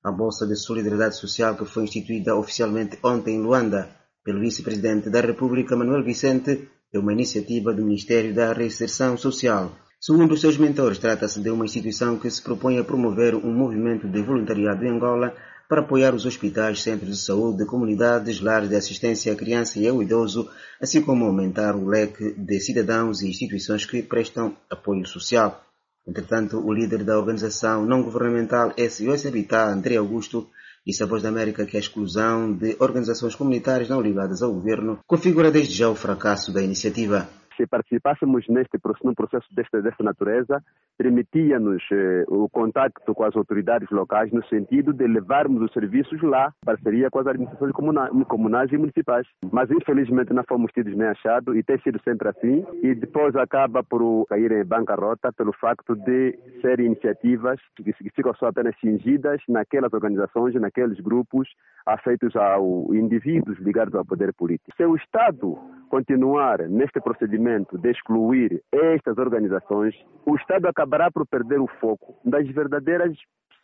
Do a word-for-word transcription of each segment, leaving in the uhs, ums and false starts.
A Bolsa de Solidariedade Social, que foi instituída oficialmente ontem em Luanda pelo Vice-Presidente da República, Manuel Vicente, é uma iniciativa do Ministério da Reinserção Social. Segundo os seus mentores, trata-se de uma instituição que se propõe a promover um movimento de voluntariado em Angola para apoiar os hospitais, centros de saúde, comunidades, lares de assistência à criança e ao idoso, assim como aumentar o leque de cidadãos e instituições que prestam apoio social. Entretanto, o líder da organização não-governamental S O S Habitat, André Augusto, disse à Voz da América que a exclusão de organizações comunitárias não ligadas ao governo configura desde já o fracasso da iniciativa. Se participássemos neste num processo desta, desta natureza, permitia-nos eh, o contacto com as autoridades locais no sentido de levarmos os serviços lá, em parceria com as administrações comuna, comunais e municipais. Mas infelizmente não fomos tidos nem achados e tem sido sempre assim, e depois acaba por cair em bancarrota pelo facto de serem iniciativas que ficam só apenas cingidas naquelas organizações, naqueles grupos afeitos a indivíduos ligados ao poder político. Se o Estado continuar neste procedimento de excluir estas organizações, o Estado acabará por perder o foco das verdadeiras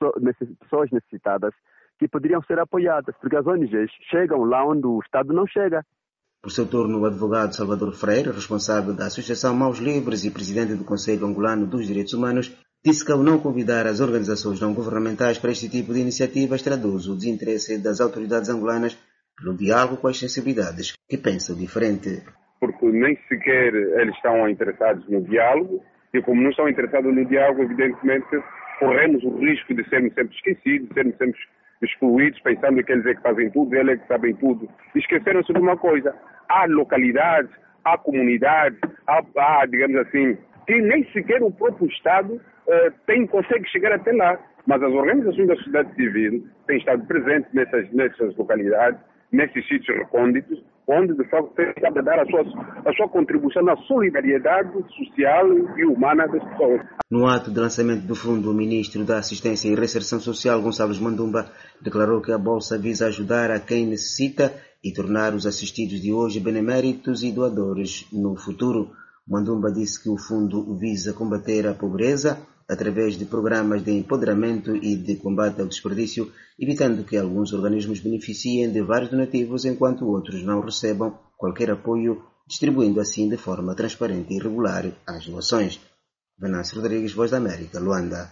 pessoas necessitadas que poderiam ser apoiadas, porque as O N Gs chegam lá onde o Estado não chega. Por seu turno, o advogado Salvador Freire, responsável da Associação Mãos Livres e presidente do Conselho Angolano dos Direitos Humanos, disse que ao não convidar as organizações não governamentais para este tipo de iniciativas traduz o desinteresse das autoridades angolanas pelo diálogo com as sensibilidades que pensam diferente. Porque nem sequer eles estão interessados no diálogo, e como não estão interessados no diálogo, evidentemente corremos o risco de sermos sempre esquecidos, de sermos sempre excluídos, pensando que eles é que fazem tudo, eles é que sabem tudo. E esqueceram-se de uma coisa: há localidades, há comunidades, há, há digamos assim, que nem sequer o próprio Estado uh, tem, consegue chegar até lá. Mas as organizações da sociedade civil têm estado presentes nessas, nessas localidades, nesses sítios recônditos, onde de facto tem que dar a sua, a sua contribuição na solidariedade social e humana das pessoas. No ato de lançamento do fundo, o ministro da Assistência e Reinserção Social, Gonçalves Mandumba, declarou que a Bolsa visa ajudar a quem necessita e tornar os assistidos de hoje beneméritos e doadores no futuro. Mandumba disse que o fundo visa combater a pobreza através de programas de empoderamento e de combate ao desperdício, evitando que alguns organismos beneficiem de vários donativos enquanto outros não recebam qualquer apoio, distribuindo assim de forma transparente e regular as doações. Venâncio Rodrigues, Voz da América, Luanda.